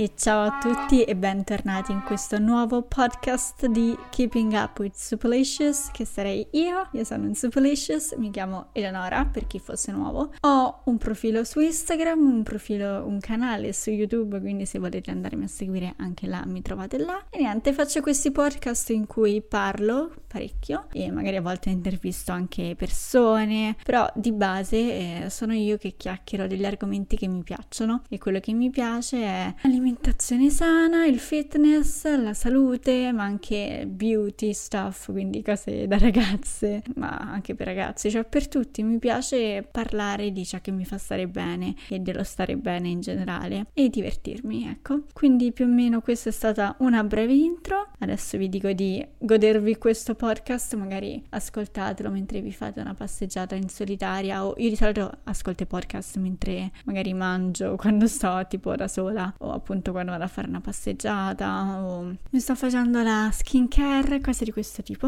E ciao a tutti e bentornati in questo nuovo podcast di Keeping Up with Supalicious, che sarei io sono in Supalicious, mi chiamo Eleonora per chi fosse nuovo, ho un profilo su Instagram, un canale su YouTube, quindi se volete andarmi a seguire anche là mi trovate là, e niente, faccio questi podcast in cui parlo parecchio e magari a volte intervisto anche persone, però di base sono io che chiacchiero degli argomenti che mi piacciono, e quello che mi piace è l'alimentazione sana, il fitness, la salute, ma anche beauty stuff, quindi cose da ragazze, ma anche per ragazzi, cioè per tutti. Mi piace parlare di ciò che mi fa stare bene e dello stare bene in generale e divertirmi, ecco. Quindi più o meno questa è stata una breve intro. Adesso vi dico di godervi questo podcast, magari ascoltatelo mentre vi fate una passeggiata in solitaria, o io di solito ascolto i podcast mentre magari mangio, quando sto tipo da sola, o appunto quando vado a fare una passeggiata, o mi sto facendo la skincare, cose di questo tipo.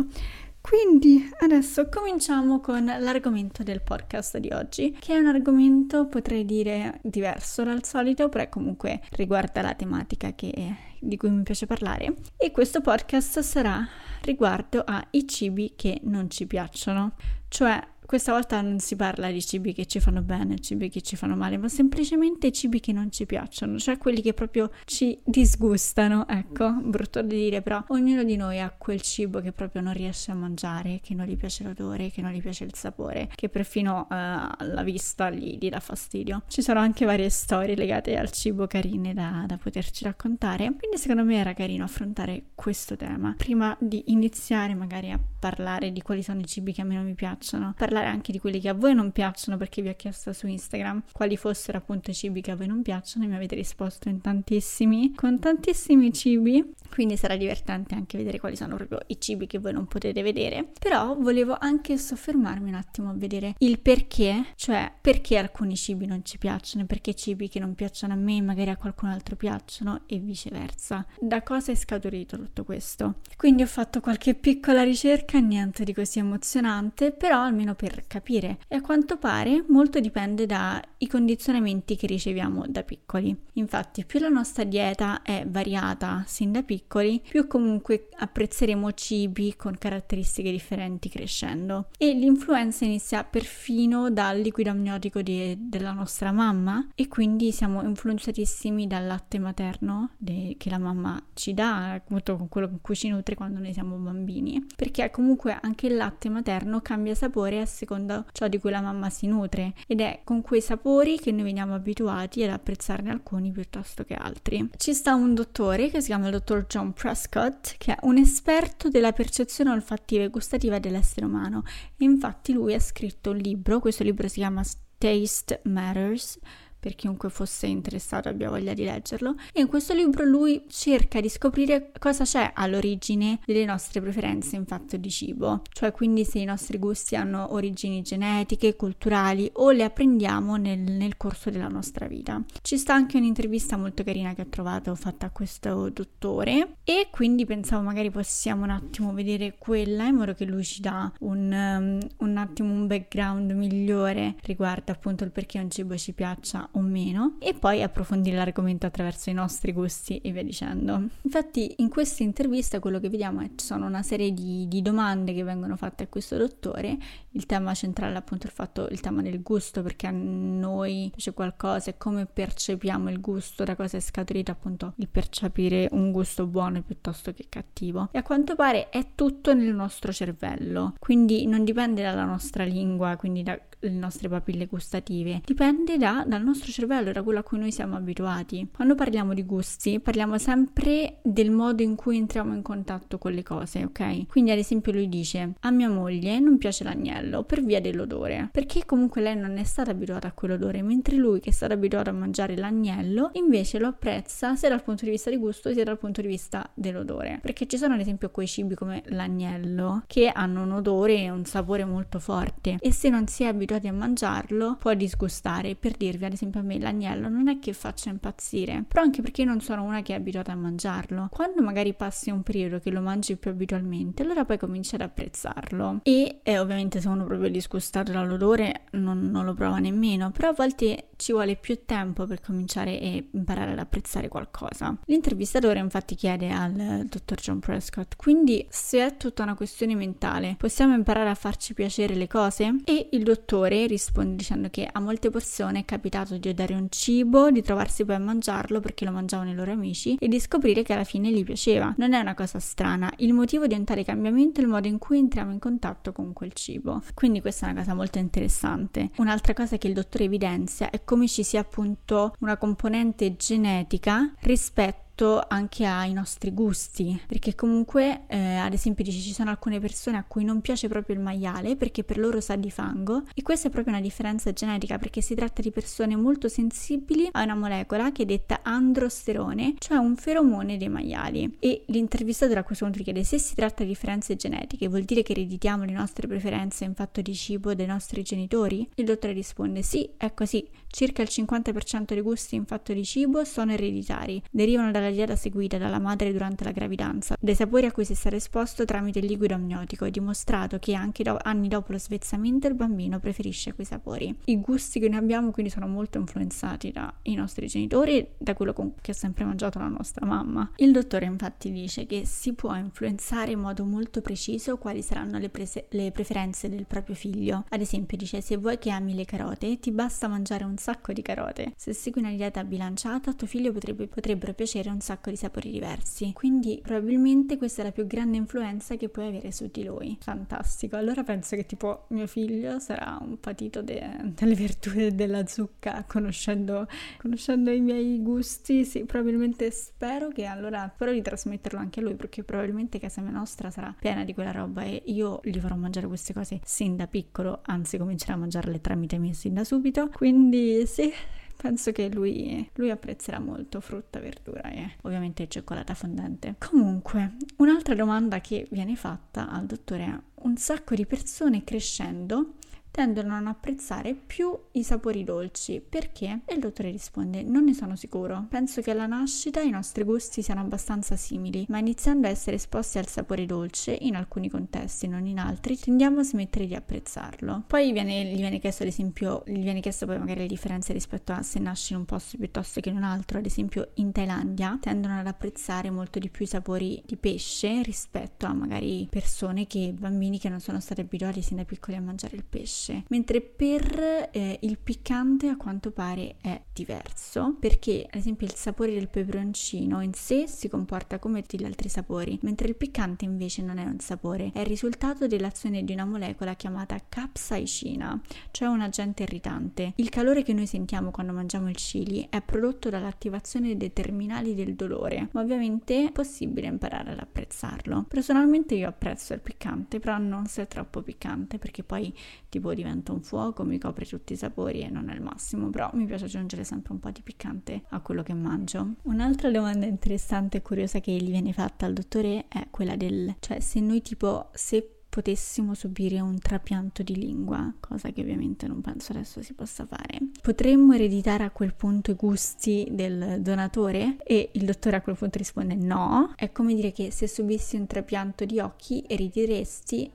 Quindi adesso cominciamo con l'argomento del podcast di oggi, che è un argomento, potrei dire, diverso dal solito, però comunque riguarda la tematica di cui mi piace parlare, e questo podcast sarà riguardo ai cibi che non ci piacciono. Cioè, questa volta non si parla di cibi che ci fanno bene, cibi che ci fanno male, ma semplicemente cibi che non ci piacciono, cioè quelli che proprio ci disgustano, ecco, brutto da dire, però ognuno di noi ha quel cibo che proprio non riesce a mangiare, che non gli piace l'odore, che non gli piace il sapore, che perfino la vista gli dà fastidio. Ci sono anche varie storie legate al cibo carine da poterci raccontare, quindi secondo me era carino affrontare questo tema. Prima di iniziare magari a parlare di quali sono i cibi che a me non mi piacciono, parlare anche di quelli che a voi non piacciono, perché vi ho chiesto su Instagram quali fossero appunto i cibi che a voi non piacciono e mi avete risposto in con tantissimi cibi, quindi sarà divertente anche vedere quali sono proprio i cibi che voi non potete vedere. Però volevo anche soffermarmi un attimo a vedere il perché, cioè perché alcuni cibi non ci piacciono e perché cibi che non piacciono a me magari a qualcun altro piacciono e viceversa. Da cosa è scaturito tutto questo? Quindi ho fatto qualche piccola ricerca, niente di così emozionante, però almeno per capire, e a quanto pare molto dipende dai condizionamenti che riceviamo da piccoli. Infatti più la nostra dieta è variata sin da piccoli, più comunque apprezzeremo cibi con caratteristiche differenti crescendo, e l'influenza inizia perfino dal liquido amniotico della nostra mamma, e quindi siamo influenzatissimi dal latte materno che la mamma ci dà, appunto con quello con cui ci nutre quando noi siamo bambini, perché comunque anche il latte materno cambia sapore a seconda ciò di cui la mamma si nutre, ed è con quei sapori che noi veniamo abituati ad apprezzarne alcuni piuttosto che altri. Ci sta un dottore che si chiama il dottor John Prescott, che è un esperto della percezione olfattiva e gustativa dell'essere umano, e infatti lui ha scritto un libro, questo libro si chiama Taste Matters, per chiunque fosse interessato abbia voglia di leggerlo, e in questo libro lui cerca di scoprire cosa c'è all'origine delle nostre preferenze in fatto di cibo, cioè quindi se i nostri gusti hanno origini genetiche, culturali, o le apprendiamo nel corso della nostra vita. Ci sta anche un'intervista molto carina che ho trovato fatta a questo dottore, e quindi pensavo magari possiamo un attimo vedere quella, in modo che lui ci dà un attimo un background migliore riguardo appunto il perché un cibo ci piaccia o meno, e poi approfondire l'argomento attraverso i nostri gusti e via dicendo. Infatti in questa intervista quello che vediamo è che ci sono una serie di domande che vengono fatte a questo dottore. Il tema centrale è appunto il tema del gusto, perché a noi piace qualcosa e come percepiamo il gusto, da cosa è scaturito appunto il percepire un gusto buono piuttosto che cattivo, e a quanto pare è tutto nel nostro cervello, quindi non dipende dalla nostra lingua, quindi dalle nostre papille gustative, dipende dal nostro cervello, da quello a cui noi siamo abituati. Quando parliamo di gusti parliamo sempre del modo in cui entriamo in contatto con le cose, ok? Quindi ad esempio lui dice: a mia moglie non piace l'agnello per via dell'odore, perché comunque lei non è stata abituata a quell'odore, mentre lui, che è stato abituato a mangiare l'agnello, invece lo apprezza sia dal punto di vista di gusto sia dal punto di vista dell'odore, perché ci sono ad esempio quei cibi come l'agnello che hanno un odore e un sapore molto forte, e se non si è abituati a mangiarlo può disgustare. Per dirvi, ad esempio, a me l'agnello non è che faccia impazzire, però anche perché io non sono una che è abituata a mangiarlo. Quando magari passi un periodo che lo mangi più abitualmente, allora poi cominci ad apprezzarlo, e ovviamente se uno proprio è disgustato dall'odore non lo prova nemmeno, però a volte ci vuole più tempo per cominciare e imparare ad apprezzare qualcosa. L'intervistatore infatti chiede al dottor John Prescott: quindi se è tutta una questione mentale, possiamo imparare a farci piacere le cose? E il dottore risponde dicendo che a molte persone è capitato di odiare un cibo, di trovarsi poi a mangiarlo perché lo mangiavano i loro amici e di scoprire che alla fine gli piaceva. Non è una cosa strana, il motivo di un tale cambiamento è il modo in cui entriamo in contatto con quel cibo. Quindi questa è una cosa molto interessante. Un'altra cosa che il dottore evidenzia è come ci sia appunto una componente genetica rispetto anche ai nostri gusti, perché comunque ad esempio dice ci sono alcune persone a cui non piace proprio il maiale perché per loro sa di fango, e questa è proprio una differenza genetica, perché si tratta di persone molto sensibili a una molecola che è detta androsterone, cioè un feromone dei maiali. E l'intervistatore a questo punto chiede: se si tratta di differenze genetiche, vuol dire che ereditiamo le nostre preferenze in fatto di cibo dai nostri genitori? Il dottore risponde: sì, è così, circa il 50% dei gusti in fatto di cibo sono ereditari, derivano dalla dieta seguita dalla madre durante la gravidanza, dai sapori a cui si sarà esposto tramite il liquido amniotico. È dimostrato che anche anni dopo lo svezzamento il bambino preferisce quei sapori. I gusti che noi abbiamo quindi sono molto influenzati dai nostri genitori e da quello che ha sempre mangiato la nostra mamma. Il dottore infatti dice che si può influenzare in modo molto preciso quali saranno le preferenze del proprio figlio. Ad esempio dice: se vuoi che ami le carote, ti basta mangiare un sacco di carote. Se segui una dieta bilanciata, tuo figlio potrebbero piacere un sacco di sapori diversi. Quindi probabilmente questa è la più grande influenza che puoi avere su di lui. Fantastico. Allora penso che tipo mio figlio sarà un patito delle virtù della zucca, conoscendo i miei gusti. Sì, probabilmente spero di trasmetterlo anche a lui, perché probabilmente casa mia nostra sarà piena di quella roba e io gli farò mangiare queste cose sin da piccolo, anzi comincerà a mangiarle tramite me sin da subito. Quindi sì, penso che lui apprezzerà molto frutta, verdura e ovviamente cioccolata fondente. Comunque, un'altra domanda che viene fatta al dottore è: un sacco di persone crescendo tendono a non apprezzare più i sapori dolci. Perché? E il dottore risponde: non ne sono sicuro. Penso che alla nascita i nostri gusti siano abbastanza simili, ma iniziando a essere esposti al sapore dolce, in alcuni contesti, non in altri, tendiamo a smettere di apprezzarlo. Poi gli viene chiesto ad esempio, poi magari le differenze rispetto a se nasci in un posto piuttosto che in un altro. Ad esempio in Thailandia tendono ad apprezzare molto di più i sapori di pesce rispetto a magari bambini che non sono stati abituati sin da piccoli a mangiare il pesce. Mentre per il piccante a quanto pare è diverso, perché ad esempio il sapore del peperoncino in sé si comporta come tutti gli altri sapori, mentre il piccante invece non è un sapore, è il risultato dell'azione di una molecola chiamata capsaicina, cioè un agente irritante. Il calore che noi sentiamo quando mangiamo il chili è prodotto dall'attivazione dei terminali del dolore, ma ovviamente è possibile imparare ad apprezzarlo. Personalmente io apprezzo il piccante, però non se è troppo piccante, perché poi tipo diventa un fuoco, mi copre tutti i sapori e non è il massimo, però mi piace aggiungere sempre un po' di piccante a quello che mangio. Un'altra domanda interessante e curiosa che gli viene fatta al dottore è quella cioè se potessimo subire un trapianto di lingua, cosa che ovviamente non penso adesso si possa fare, potremmo ereditare a quel punto i gusti del donatore? E il dottore a quel punto risponde no. È come dire che se subissi un trapianto di occhi erediteresti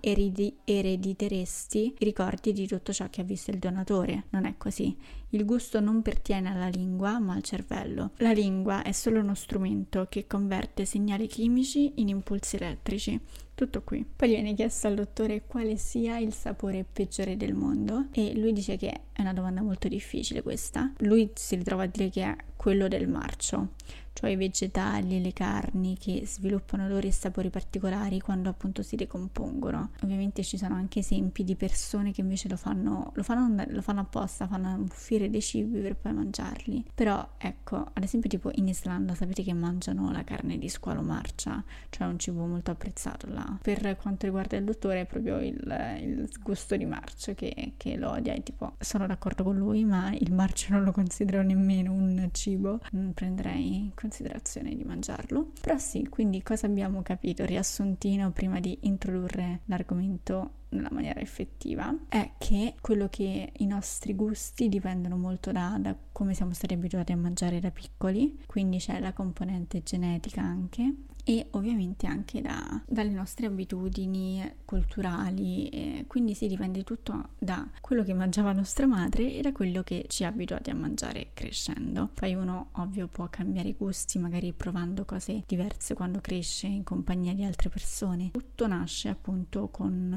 i ricordi di tutto ciò che ha visto il donatore. Non è così. Il gusto non pertiene alla lingua ma al cervello. La lingua è solo uno strumento che converte segnali chimici in impulsi elettrici. Tutto qui. Poi gli viene chiesto al dottore quale sia il sapore peggiore del mondo e lui dice che è una domanda molto difficile questa. Lui si ritrova a dire che è quello del marcio, cioè i vegetali e le carni che sviluppano odori e sapori particolari quando appunto si decompongono. Ovviamente ci sono anche esempi di persone che invece lo fanno apposta, fanno ammuffire dei cibi per poi mangiarli. Però ecco, ad esempio tipo in Islanda sapete che mangiano la carne di squalo marcia, cioè un cibo molto apprezzato là. Per quanto riguarda il dottore è proprio il gusto di marcio che lo odia, e tipo sono d'accordo con lui, ma il marcio non lo considero nemmeno un cibo, non prenderei in considerazione di mangiarlo. Però sì, quindi cosa abbiamo capito? Riassuntino prima di introdurre l'argomento nella maniera effettiva è che i nostri gusti dipendono molto da come siamo stati abituati a mangiare da piccoli, quindi c'è la componente genetica anche, e ovviamente anche dalle nostre abitudini culturali, e quindi si dipende tutto da quello che mangiava nostra madre e da quello che ci ha abituati a mangiare crescendo. Poi uno ovvio può cambiare i gusti, magari provando cose diverse quando cresce in compagnia di altre persone. Tutto nasce appunto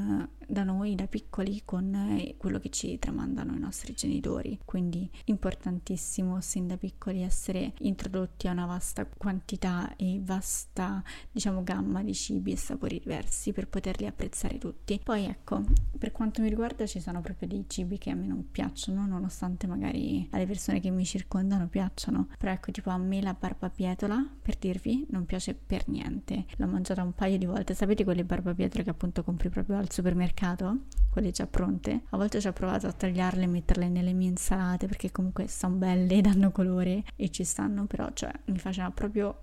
da noi da piccoli con quello che ci tramandano i nostri genitori, quindi importantissimo sin da piccoli essere introdotti a una vasta quantità e vasta, diciamo, gamma di cibi e sapori diversi per poterli apprezzare tutti. Poi ecco, per quanto mi riguarda ci sono proprio dei cibi che a me non piacciono, nonostante magari alle persone che mi circondano piacciono, però ecco, tipo a me la barbabietola, per dirvi, non piace per niente. L'ho mangiata un paio di volte, sapete quelle barbabietole che appunto compri proprio al supermercato, quelle già pronte? A volte ci ho provato a tagliarle e metterle nelle mie insalate perché comunque sono belle, danno colore e ci stanno, però cioè mi faceva proprio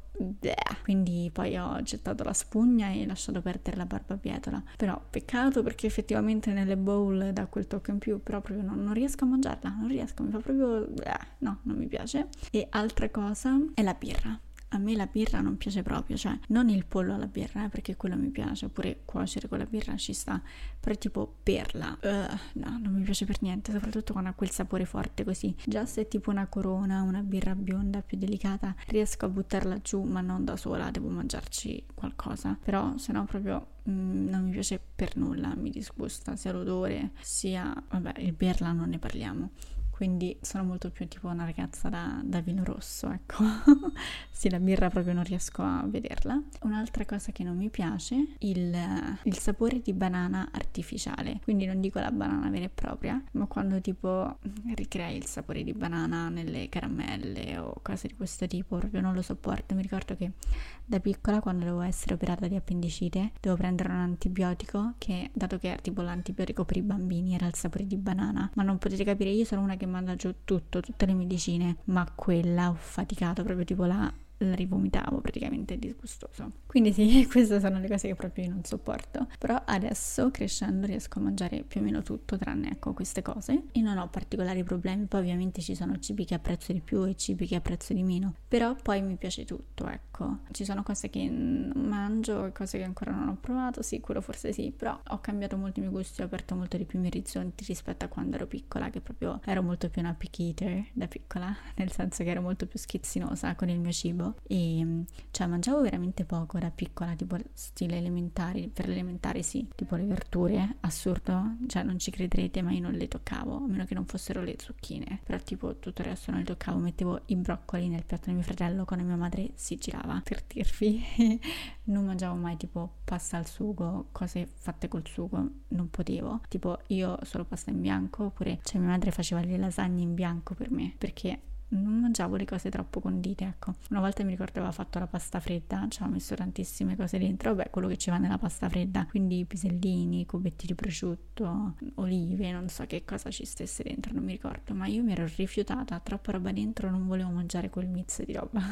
quindi poi ho gettato la spugna e lasciato perdere la barbabietola. Però peccato, perché effettivamente nelle bowl dà quel tocco in più, però proprio non riesco a mangiarla, non riesco, mi fa proprio no, non mi piace. E altra cosa è la birra. A me la birra non piace proprio, cioè non il pollo alla birra, perché quello mi piace, oppure cuocere con la birra ci sta, però tipo berla, no, non mi piace per niente, soprattutto quando ha quel sapore forte così. Già se è tipo una Corona, una birra bionda più delicata, riesco a buttarla giù, ma non da sola, devo mangiarci qualcosa, però se no proprio non mi piace per nulla, mi disgusta sia l'odore sia, vabbè, il berla non ne parliamo. Quindi sono molto più tipo una ragazza da vino rosso, ecco. Sì, la birra proprio non riesco a vederla. Un'altra cosa che non mi piace, il sapore di banana artificiale. Quindi non dico la banana vera e propria, ma quando tipo ricrei il sapore di banana nelle caramelle o cose di questo tipo, proprio non lo sopporto. Mi ricordo che da piccola, quando dovevo essere operata di appendicite, dovevo prendere un antibiotico che, dato che era tipo l'antibiotico per i bambini, era il sapore di banana. Ma non potete capire, io sono una che manda giù tutte le medicine, ma quella ho faticato, proprio tipo la rivomitavo, praticamente, è disgustoso. Quindi sì, queste sono le cose che proprio io non sopporto, però adesso crescendo riesco a mangiare più o meno tutto tranne ecco queste cose e non ho particolari problemi. Poi ovviamente ci sono cibi che apprezzo di più e cibi che apprezzo di meno, però poi mi piace tutto, ecco. Ci sono cose che mangio e cose che ancora non ho provato, sì, quello forse sì, però ho cambiato molto i miei gusti, ho aperto molto di più i miei orizzonti rispetto a quando ero piccola, che proprio ero molto più una picky eater da piccola, nel senso che ero molto più schizzinosa con il mio cibo e cioè mangiavo veramente poco da piccola, tipo stile elementari, per l'elementare sì, tipo le verdure, assurdo, cioè non ci crederete ma io non le toccavo, a meno che non fossero le zucchine, però tipo tutto il resto non le toccavo, mettevo i broccoli nel piatto di mio fratello quando mia madre si girava, per dirvi. Non mangiavo mai tipo pasta al sugo, cose fatte col sugo, non potevo, tipo io solo pasta in bianco, oppure cioè mia madre faceva le lasagne in bianco per me, perché non mangiavo le cose troppo condite, ecco. Una volta mi ricordo aveva fatto la pasta fredda, ci aveva messo tantissime cose dentro, vabbè, quello che ci va nella pasta fredda, quindi pisellini, cubetti di prosciutto, olive, non so che cosa ci stesse dentro, non mi ricordo, ma io mi ero rifiutata, troppa roba dentro, non volevo mangiare quel mix di roba.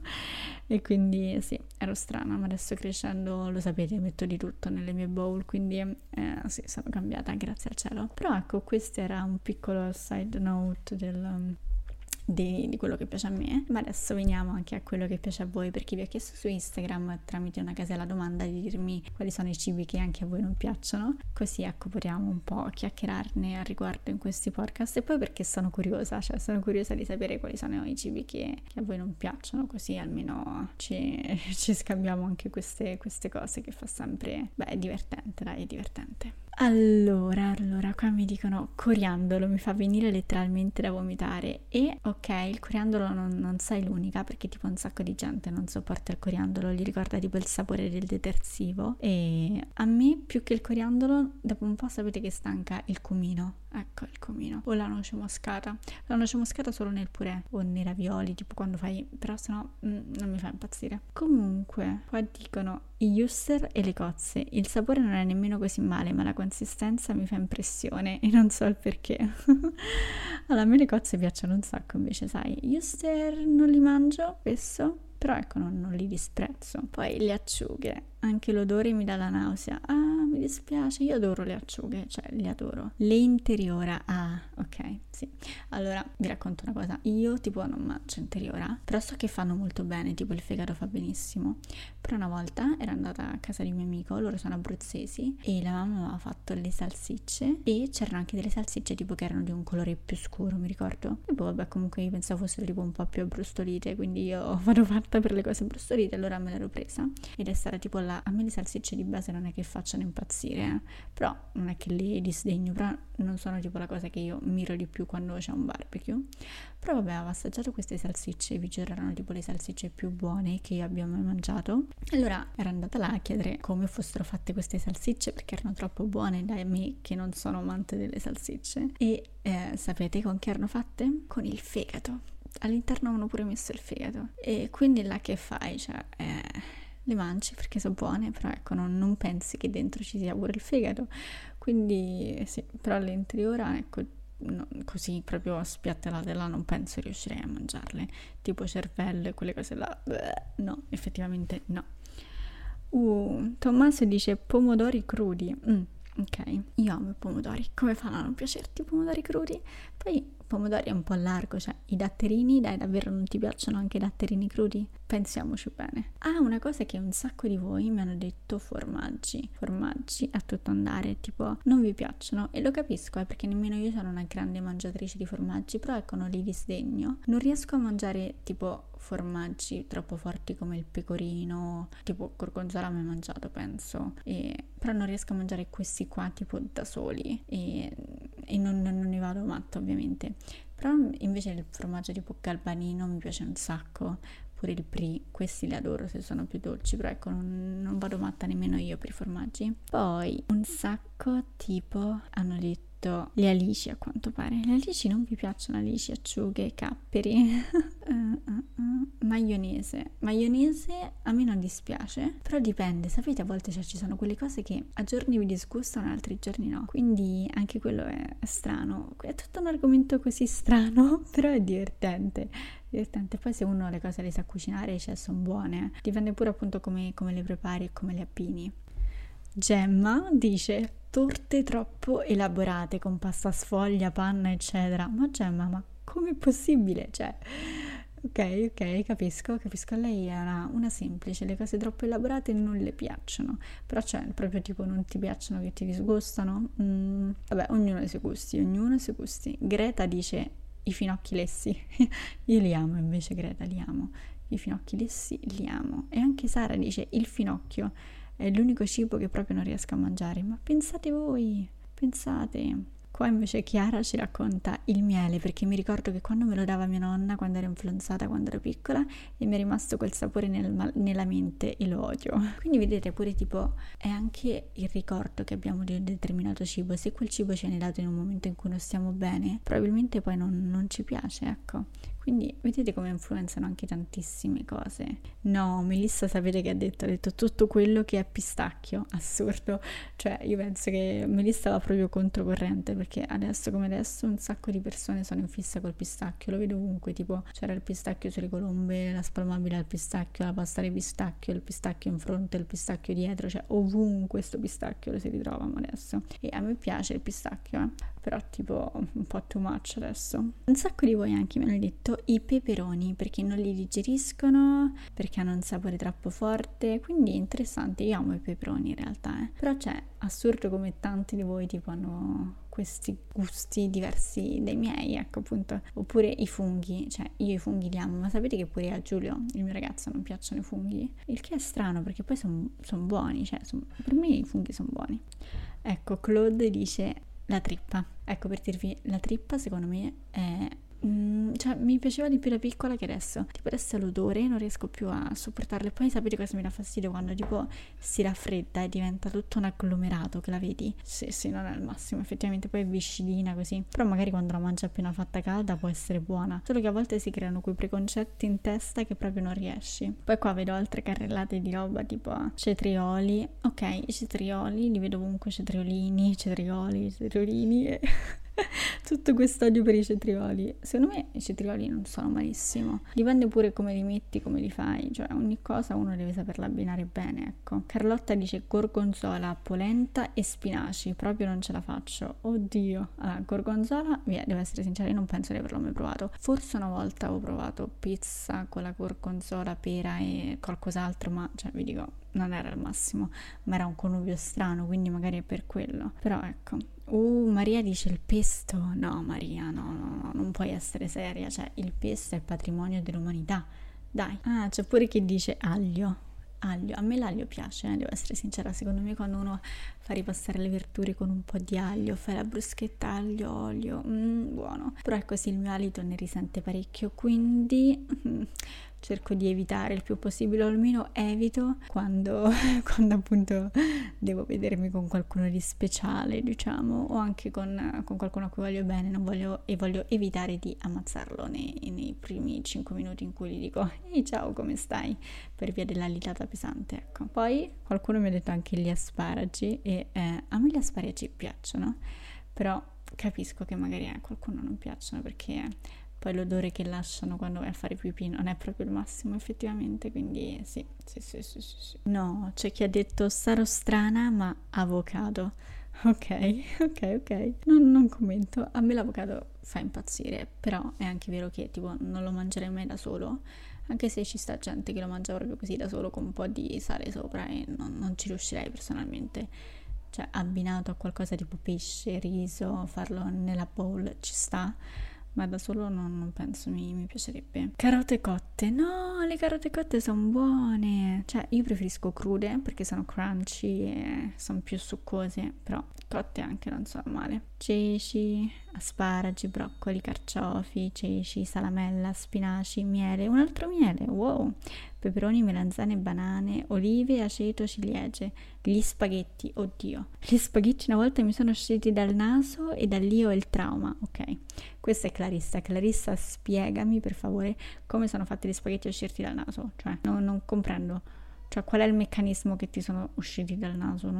E quindi sì, ero strana, ma adesso crescendo, lo sapete, metto di tutto nelle mie bowl, quindi sì, sono cambiata, grazie al cielo. Però ecco, questo era un piccolo side note di quello che piace a me, ma adesso veniamo anche a quello che piace a voi, perché vi ho chiesto su Instagram tramite una casella domanda di dirmi quali sono i cibi che anche a voi non piacciono, così ecco potremo un po' chiacchierarne al riguardo in questi podcast, e poi perché sono curiosa di sapere quali sono i cibi che a voi non piacciono, così almeno ci scambiamo anche queste cose, che fa sempre, beh, è divertente, dai, è divertente. Allora, qua mi dicono coriandolo, mi fa venire letteralmente da vomitare. E ok, il coriandolo non sei l'unica, perché tipo un sacco di gente non sopporta il coriandolo, gli ricorda tipo il sapore del detersivo. E a me più che il coriandolo, dopo un po' sapete che stanca il cumino. Ecco, il cumino. O la noce moscata. La noce moscata solo nel purè o nei ravioli, tipo quando fai, però sennò non mi fa impazzire. Comunque, qua dicono i Yuster e le cozze. Il sapore non è nemmeno così male, ma la consistenza mi fa impressione e non so il perché. Allora, a me le cozze piacciono un sacco, invece, sai, Yuster non li mangio spesso, però ecco, non li disprezzo. Poi le acciughe, anche l'odore mi dà la nausea. Ah, mi dispiace, io adoro le acciughe, cioè le adoro. Le interiora, ah, ok, sì. Allora, vi racconto una cosa, io tipo non mangio interiora, però so che fanno molto bene, tipo il fegato fa benissimo. Però una volta ero andata a casa di un mio amico, loro sono abruzzesi, e la mamma aveva fatto le salsicce e c'erano anche delle salsicce tipo che erano di un colore più scuro, mi ricordo. E poi vabbè, comunque io pensavo fossero tipo un po' più abbrustolite, quindi io vado fatta per le cose abbrustolite, allora me l'ero presa ed è stata tipo a me le salsicce di base non è che facciano impazzire, però non è che le disdegno, però non sono tipo la cosa che io miro di più quando c'è un barbecue. Però vabbè, avevo assaggiato queste salsicce, vi giuro erano tipo le salsicce più buone che io abbia mai mangiato. Allora ero andata là a chiedere come fossero fatte queste salsicce perché erano troppo buone da me che non sono amante delle salsicce. E sapete con che erano fatte? Con il fegato. All'interno avevano pure messo il fegato. E quindi là che fai? Cioè, le mangi perché sono buone, però ecco, non pensi che dentro ci sia pure il fegato. Quindi sì, però all'interiora, ecco, no, così proprio spiattellate là non penso riuscirei a mangiarle, tipo cervello e quelle cose là, no, effettivamente no. Tommaso dice pomodori crudi. Ok, io amo i pomodori, come fanno a non piacerti i pomodori crudi? Poi pomodori è un po' largo, cioè i datterini, dai, davvero non ti piacciono anche i datterini crudi? Pensiamoci bene. Ah, una cosa che un sacco di voi mi hanno detto, formaggi a tutto andare, tipo non vi piacciono, e lo capisco, perché nemmeno io sono una grande mangiatrice di formaggi, però ecco, non li disdegno. Non riesco a mangiare tipo formaggi troppo forti come il pecorino, tipo gorgonzola mai mangiato penso, però non riesco a mangiare questi qua tipo da soli e non ne vado matta ovviamente. Però invece il formaggio tipo galbanino mi piace un sacco, pure il brie, questi li adoro se sono più dolci, però ecco non vado matta nemmeno io per i formaggi. Poi un sacco tipo hanno detto le alici, a quanto pare le alici non vi piacciono, alici, acciughe, capperi. Maionese a me non dispiace, però dipende, sapete, a volte cioè, ci sono quelle cose che a giorni vi disgustano, altri giorni no, quindi anche quello è strano, è tutto un argomento così strano, però è divertente. Poi se uno le cose le sa cucinare, cioè sono buone, dipende pure appunto come le prepari e come le abbini. Gemma dice torte troppo elaborate con pasta sfoglia, panna eccetera. Ma Gemma, ma com'è possibile? Cioè, ok, capisco, lei è una semplice, le cose troppo elaborate non le piacciono, però cioè proprio tipo non ti piacciono, che ti disgustano? Vabbè, ognuno ha i suoi gusti. Greta dice i finocchi lessi. Io li amo invece, Greta, li amo. I finocchi lessi li amo. E anche Sara dice il finocchio è l'unico cibo che proprio non riesco a mangiare. Ma pensate voi, pensate. Qua invece Chiara ci racconta il miele, perché mi ricordo che quando me lo dava mia nonna quando ero influenzata, quando ero piccola, e mi è rimasto quel sapore nella mente e lo odio. Quindi vedete pure tipo è anche il ricordo che abbiamo di un determinato cibo, se quel cibo ci viene dato in un momento in cui non stiamo bene, probabilmente poi non ci piace, ecco. Quindi vedete come influenzano anche tantissime cose. No, Melissa sapete che ha detto tutto quello che è pistacchio, assurdo. Cioè io penso che Melissa va proprio controcorrente, perché adesso come adesso un sacco di persone sono in fissa col pistacchio, lo vedo ovunque, tipo c'era il pistacchio sulle colombe, la spalmabile al pistacchio, la pasta di pistacchio, il pistacchio in fronte, il pistacchio dietro, cioè ovunque sto pistacchio lo si ritrova adesso. E a me piace il pistacchio, però tipo un po' too much adesso. Un sacco di voi anche mi hanno detto i peperoni perché non li digeriscono, perché hanno un sapore troppo forte, quindi interessante. Io amo i peperoni in realtà, però c'è assurdo come tanti di voi tipo hanno questi gusti diversi dai miei, ecco appunto. Oppure i funghi, cioè io i funghi li amo, ma sapete che pure a Giulio, il mio ragazzo, non piacciono i funghi? Il che è strano perché poi sono buoni, cioè per me i funghi sono buoni. Ecco, Claude dice la trippa. Ecco, per dirvi, la trippa secondo me è cioè mi piaceva di più da piccola che adesso, tipo adesso l'odore non riesco più a sopportarlo. E poi sapete cosa mi dà fastidio? Quando tipo si raffredda e diventa tutto un agglomerato, che la vedi? Sì, non è il massimo effettivamente, poi è viscidina così, però magari quando la mangi appena fatta calda può essere buona, solo che a volte si creano quei preconcetti in testa che proprio non riesci. Poi qua vedo altre carrellate di roba tipo cetrioli, ok, i cetrioli li vedo ovunque, cetriolini Tutto questo odio per i cetrioli. Secondo me i cetrioli non sono malissimo. Dipende pure come li metti, come li fai. Cioè ogni cosa uno deve saperla abbinare bene, ecco. Carlotta dice gorgonzola, polenta e spinaci. Proprio non ce la faccio. Oddio. Allora, gorgonzola, via, devo essere sincera, io non penso di averlo mai provato. Forse una volta avevo provato pizza con la gorgonzola, pera e qualcos'altro, ma cioè vi dico, non era il massimo. Ma era un connubio strano, quindi magari è per quello. Però ecco. Maria dice il pesto. No, Maria, no, non puoi essere seria. Cioè, il pesto è patrimonio dell'umanità. Dai. Ah, c'è pure chi dice aglio. Aglio. A me l'aglio piace, devo essere sincera. Secondo me quando uno fa ripassare le verdure con un po' di aglio, fai la bruschetta aglio, olio, buono. Però è così, il mio alito ne risente parecchio, quindi cerco di evitare il più possibile, o almeno evito quando appunto devo vedermi con qualcuno di speciale, diciamo, o anche con qualcuno a cui voglio bene, voglio evitare di ammazzarlo nei primi 5 minuti in cui gli dico ehi ciao, come stai? Per via della litata pesante, ecco. Poi qualcuno mi ha detto anche gli asparagi e a me gli asparagi piacciono, però capisco che magari a qualcuno non piacciono perché poi l'odore che lasciano quando vai a fare pipì non è proprio il massimo effettivamente, quindi sì. No, c'è chi ha detto sarò strana ma avocado. Ok, non commento. A me l'avocado fa impazzire, però è anche vero che tipo non lo mangerei mai da solo, anche se ci sta gente che lo mangia proprio così da solo con un po' di sale sopra e non ci riuscirei personalmente. Cioè abbinato a qualcosa tipo pesce, riso, farlo nella bowl ci sta, ma da solo non penso mi piacerebbe. Carote cotte, no, le carote cotte sono buone, cioè io preferisco crude perché sono crunchy e sono più succose, però cotte anche non sono male. Ceci, asparagi, broccoli, carciofi, ceci, salamella, spinaci, miele, un altro miele, wow, peperoni, melanzane, banane, olive, aceto, ciliegie, gli spaghetti, oddio, gli spaghetti una volta mi sono usciti dal naso e da lì ho il trauma, ok. Questa è Clarissa, spiegami per favore come sono fatti gli spaghetti usciti dal naso, cioè non comprendo, cioè qual è il meccanismo che ti sono usciti dal naso,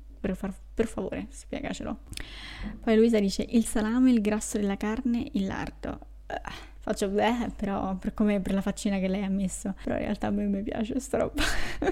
per favore spiegacelo. Poi Luisa dice il salame, il grasso della carne, il lardo. Faccio beh, però per la faccina che lei ha messo, però in realtà a me mi piace sta roba.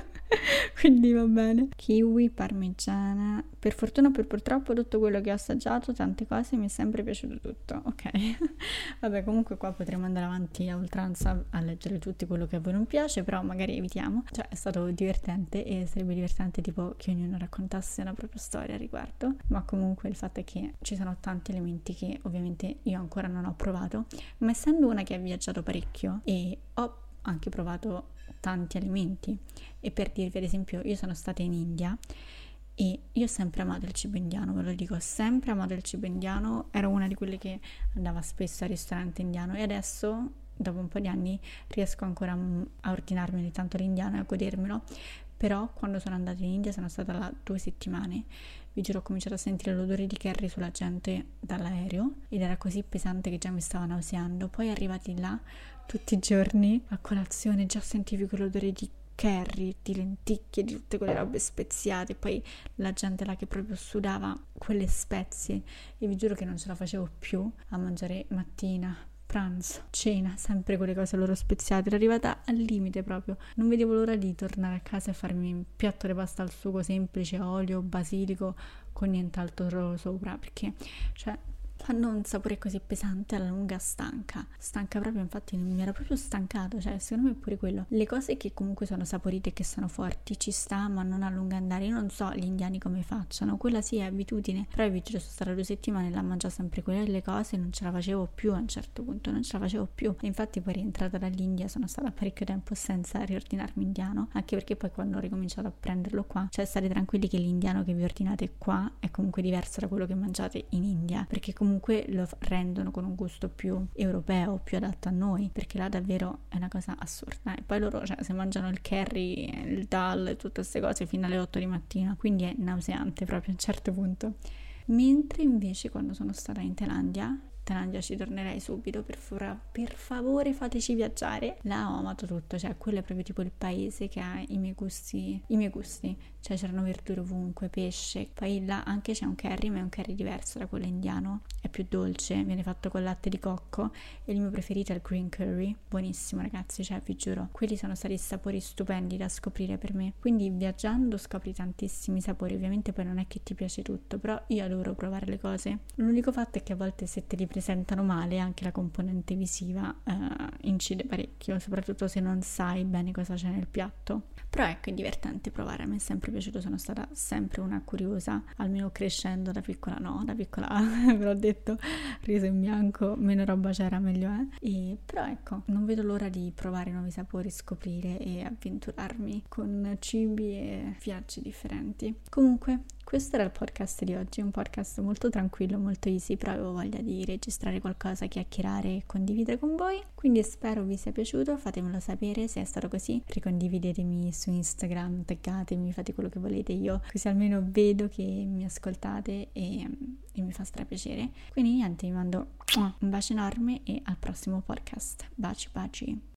Quindi va bene. Kiwi, parmigiana, per fortuna o per purtroppo tutto quello che ho assaggiato, tante cose, mi è sempre piaciuto tutto, ok. Vabbè, comunque qua potremo andare avanti a oltranza a leggere tutto quello che a voi non piace, però magari evitiamo. Cioè è stato divertente e sarebbe divertente tipo che ognuno raccontasse una propria storia a riguardo, ma comunque il fatto è che ci sono tanti elementi che ovviamente io ancora non ho provato, ma essendo una che ha viaggiato parecchio e ho anche provato tanti alimenti, e per dirvi ad esempio io sono stata in India e io ho sempre amato il cibo indiano, ve lo dico, sempre amato il cibo indiano, ero una di quelle che andava spesso al ristorante indiano e adesso dopo un po' di anni riesco ancora a ordinarmi ogni tanto l'indiano e a godermelo, però quando sono andata in India sono stata là 2 settimane, vi giuro ho cominciato a sentire l'odore di curry sulla gente dall'aereo ed era così pesante che già mi stava nauseando. Poi arrivati là tutti i giorni a colazione già sentivi quell'odore di curry, di lenticchie, di tutte quelle robe speziate, poi la gente là che proprio sudava quelle spezie e vi giuro che non ce la facevo più a mangiare mattina, pranzo, cena, sempre quelle cose loro speziate. Ero arrivata al limite proprio, non vedevo l'ora di tornare a casa e farmi un piatto di pasta al sugo semplice, olio, basilico, con nient'altro sopra, perché cioè fanno un sapore così pesante, alla lunga stanca proprio, infatti mi era proprio stancato, cioè secondo me è pure quello, le cose che comunque sono saporite e che sono forti ci sta, ma non a lungo andare. Io non so gli indiani come facciano, quella sì è abitudine, però io sono stata 2 settimane là, mangiavo sempre quelle cose, non ce la facevo più, a un certo punto non ce la facevo più, e infatti poi rientrata dall'India sono stata parecchio tempo senza riordinarmi indiano, anche perché poi quando ho ricominciato a prenderlo qua, cioè state tranquilli che l'indiano che vi ordinate qua è comunque diverso da quello che mangiate in India, perché comunque lo rendono con un gusto più europeo, più adatto a noi, perché là davvero è una cosa assurda. E poi loro, cioè, se mangiano il curry, il dal e tutte queste cose fino alle 8 di mattina, quindi è nauseante proprio a un certo punto. Mentre invece quando sono stata in Thailandia ci tornerei subito, per favore fateci viaggiare, là ho amato tutto, cioè quello è proprio tipo il paese che ha i miei gusti, cioè c'erano verdure ovunque, pesce. Poi là anche c'è un curry, ma è un curry diverso da quello indiano, è più dolce, viene fatto con latte di cocco e il mio preferito è il green curry, buonissimo ragazzi, cioè vi giuro, quelli sono stati sapori stupendi da scoprire per me. Quindi viaggiando scopri tantissimi sapori, ovviamente poi non è che ti piace tutto, però io adoro provare le cose. L'unico fatto è che a volte se te li presentano male anche la componente visiva incide parecchio, soprattutto se non sai bene cosa c'è nel piatto. Però ecco, è divertente provare, a me è sempre piaciuto, sono stata sempre una curiosa, almeno crescendo da piccola ve l'ho detto, riso in bianco, meno roba c'era meglio è. Però ecco, non vedo l'ora di provare nuovi sapori, scoprire e avventurarmi con cibi e viaggi differenti. Comunque, questo era il podcast di oggi, un podcast molto tranquillo, molto easy, però avevo voglia di registrare qualcosa, chiacchierare e condividere con voi, quindi spero vi sia piaciuto, fatemelo sapere se è stato così, ricondividetemi su Instagram, taggatemi, fate quello che volete io, così almeno vedo che mi ascoltate e mi fa strapiacere. Quindi niente, vi mando un bacio enorme e al prossimo podcast. Baci baci!